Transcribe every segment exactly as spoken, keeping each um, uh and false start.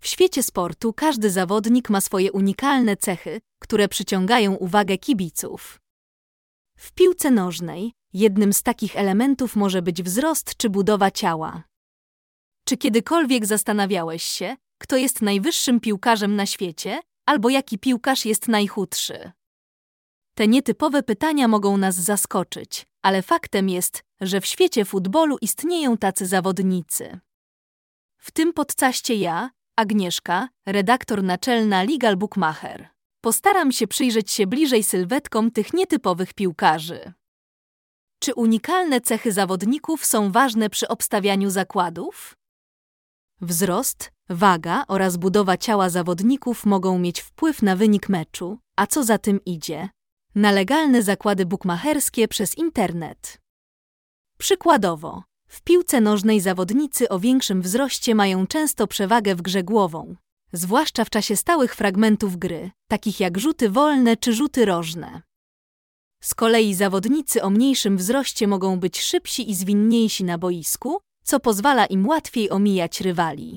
W świecie sportu każdy zawodnik ma swoje unikalne cechy, które przyciągają uwagę kibiców. W piłce nożnej jednym z takich elementów może być wzrost czy budowa ciała. Czy kiedykolwiek zastanawiałeś się, kto jest najwyższym piłkarzem na świecie, albo jaki piłkarz jest najchudszy? Te nietypowe pytania mogą nas zaskoczyć, ale faktem jest, że w świecie futbolu istnieją tacy zawodnicy. W tym podcaście ja, Agnieszka, redaktor naczelna Legal Bookmacher, postaram się przyjrzeć się bliżej sylwetkom tych nietypowych piłkarzy. Czy unikalne cechy zawodników są ważne przy obstawianiu zakładów? Wzrost, waga oraz budowa ciała zawodników mogą mieć wpływ na wynik meczu, a co za tym idzie, na legalne zakłady bukmacherskie przez internet. Przykładowo, w piłce nożnej zawodnicy o większym wzroście mają często przewagę w grze głową, zwłaszcza w czasie stałych fragmentów gry, takich jak rzuty wolne czy rzuty rożne. Z kolei zawodnicy o mniejszym wzroście mogą być szybsi i zwinniejsi na boisku, co pozwala im łatwiej omijać rywali.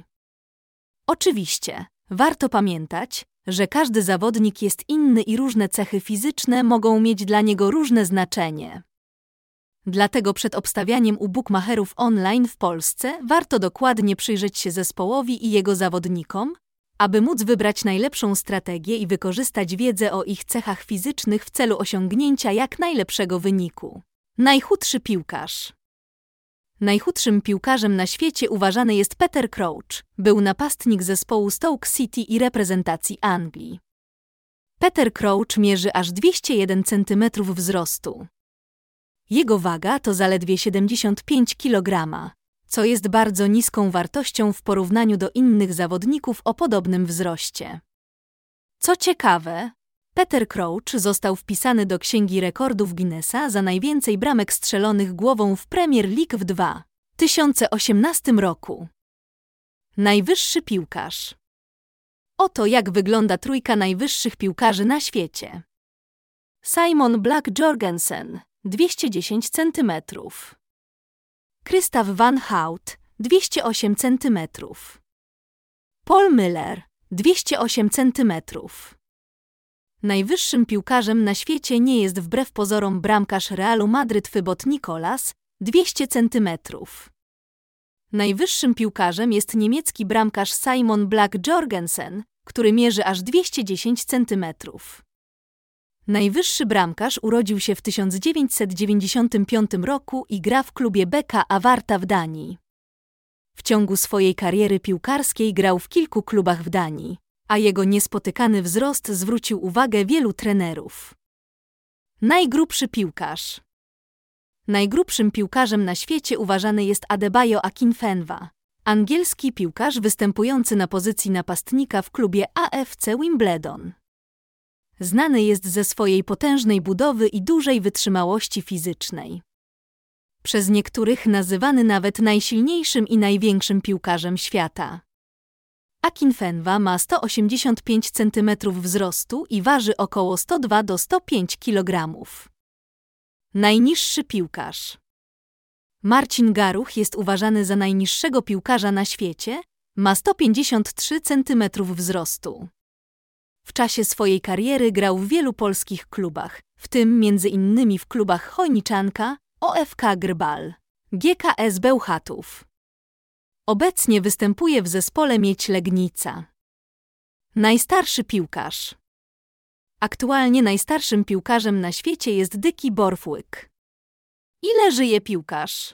Oczywiście, warto pamiętać, że każdy zawodnik jest inny i różne cechy fizyczne mogą mieć dla niego różne znaczenie. Dlatego przed obstawianiem u bukmacherów online w Polsce warto dokładnie przyjrzeć się zespołowi i jego zawodnikom, aby móc wybrać najlepszą strategię i wykorzystać wiedzę o ich cechach fizycznych w celu osiągnięcia jak najlepszego wyniku. Najchudszy piłkarz. Najchudszym piłkarzem na świecie uważany jest Peter Crouch, był napastnik zespołu Stoke City i reprezentacji Anglii. Peter Crouch mierzy aż dwieście jeden centymetrów wzrostu. Jego waga to zaledwie siedemdziesiąt pięć kilogramów, co jest bardzo niską wartością w porównaniu do innych zawodników o podobnym wzroście. Co ciekawe, Peter Crouch został wpisany do Księgi Rekordów Guinnessa za najwięcej bramek strzelonych głową w Premier League w dwa tysiące osiemnastym roku. Najwyższy piłkarz. Oto jak wygląda trójka najwyższych piłkarzy na świecie. Simon Black Jorgensen, dwieście dziesięć centymetrów. Christoph van Hout, dwieście osiem centymetrów. Paul Müller, dwieście osiem centymetrów. Najwyższym piłkarzem na świecie nie jest wbrew pozorom bramkarz Realu Madryt Fybot Nicolas, dwieście centymetrów. Najwyższym piłkarzem jest niemiecki bramkarz Simon Black Jorgensen, który mierzy aż dwieście dziesięć centymetrów. Najwyższy bramkarz urodził się w tysiąc dziewięćset dziewięćdziesiątym piątym roku i gra w klubie B K Avarta w Danii. W ciągu swojej kariery piłkarskiej grał w kilku klubach w Danii, a jego niespotykany wzrost zwrócił uwagę wielu trenerów. Najgrubszy piłkarz. Najgrubszym piłkarzem na świecie uważany jest Adebayo Akinfenwa, angielski piłkarz występujący na pozycji napastnika w klubie A F C Wimbledon. Znany jest ze swojej potężnej budowy i dużej wytrzymałości fizycznej. Przez niektórych nazywany nawet najsilniejszym i największym piłkarzem świata. Akinfenwa ma sto osiemdziesiąt pięć centymetrów wzrostu i waży około sto dwa do stu pięciu kilogramów. Najniższy piłkarz. Marcin Garuch jest uważany za najniższego piłkarza na świecie, ma sto pięćdziesiąt trzy centymetrów wzrostu. W czasie swojej kariery grał w wielu polskich klubach, w tym między innymi w klubach Chojniczanka, O F K Grbal, G K S Bełchatów. Obecnie występuje w zespole Miedź Legnica. Najstarszy piłkarz. Aktualnie najstarszym piłkarzem na świecie jest Dyki Borthwick. Ile żyje piłkarz?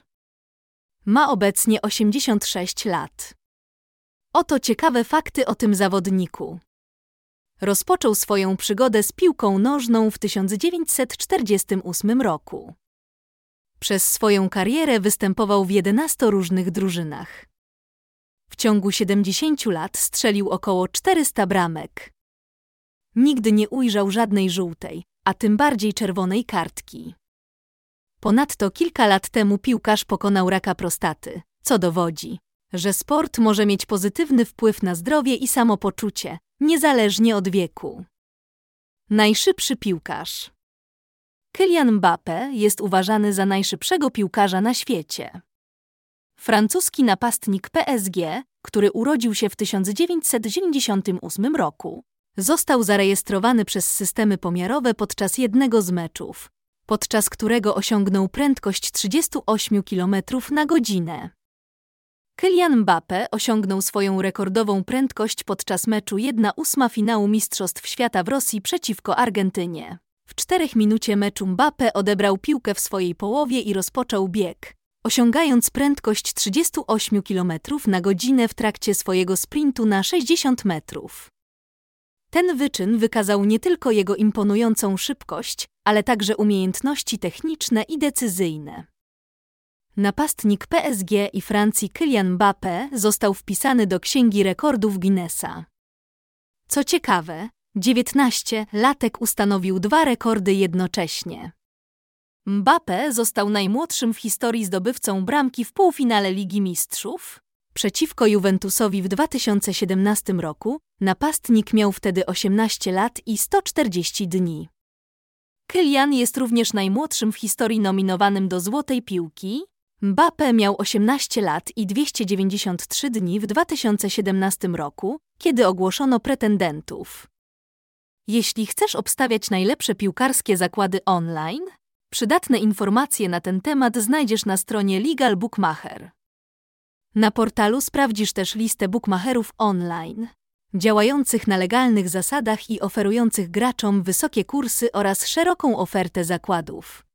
Ma obecnie osiemdziesiąt sześć lat. Oto ciekawe fakty o tym zawodniku. Rozpoczął swoją przygodę z piłką nożną w tysiąc dziewięćset czterdziestym ósmym roku. Przez swoją karierę występował w jedenastu różnych drużynach. W ciągu siedemdziesięciu lat strzelił około czterysta bramek. Nigdy nie ujrzał żadnej żółtej, a tym bardziej czerwonej kartki. Ponadto kilka lat temu piłkarz pokonał raka prostaty, co dowodzi, że sport może mieć pozytywny wpływ na zdrowie i samopoczucie, niezależnie od wieku. Najszybszy piłkarz. Kylian Mbappé jest uważany za najszybszego piłkarza na świecie. Francuski napastnik P S G który urodził się w tysiąc dziewięćset dziewięćdziesiątym ósmym roku. Został zarejestrowany przez systemy pomiarowe podczas jednego z meczów, podczas którego osiągnął prędkość trzydzieści osiem kilometrów na godzinę. Kylian Mbappé osiągnął swoją rekordową prędkość podczas meczu jedna ósma finału Mistrzostw Świata w Rosji przeciwko Argentynie. W czterech minucie meczu Mbappé odebrał piłkę w swojej połowie i rozpoczął bieg, osiągając prędkość trzydzieści osiem kilometrów na godzinę w trakcie swojego sprintu na sześćdziesiąt metrów. Ten wyczyn wykazał nie tylko jego imponującą szybkość, ale także umiejętności techniczne i decyzyjne. Napastnik P S G i Francji Kylian Mbappé został wpisany do Księgi Rekordów Guinnessa. Co ciekawe, dziewiętnastolatek ustanowił dwa rekordy jednocześnie. Mbappé został najmłodszym w historii zdobywcą bramki w półfinale Ligi Mistrzów. Przeciwko Juventusowi w dwa tysiące siedemnastym roku napastnik miał wtedy osiemnaście lat i sto czterdzieści dni. Kylian jest również najmłodszym w historii nominowanym do Złotej Piłki. Mbappé miał osiemnaście lat i dwieście dziewięćdziesiąt trzy dni w dwa tysiące siedemnastym roku, kiedy ogłoszono pretendentów. Jeśli chcesz obstawiać najlepsze piłkarskie zakłady online, przydatne informacje na ten temat znajdziesz na stronie Legal Bookmacher. Na portalu sprawdzisz też listę bookmacherów online, działających na legalnych zasadach i oferujących graczom wysokie kursy oraz szeroką ofertę zakładów.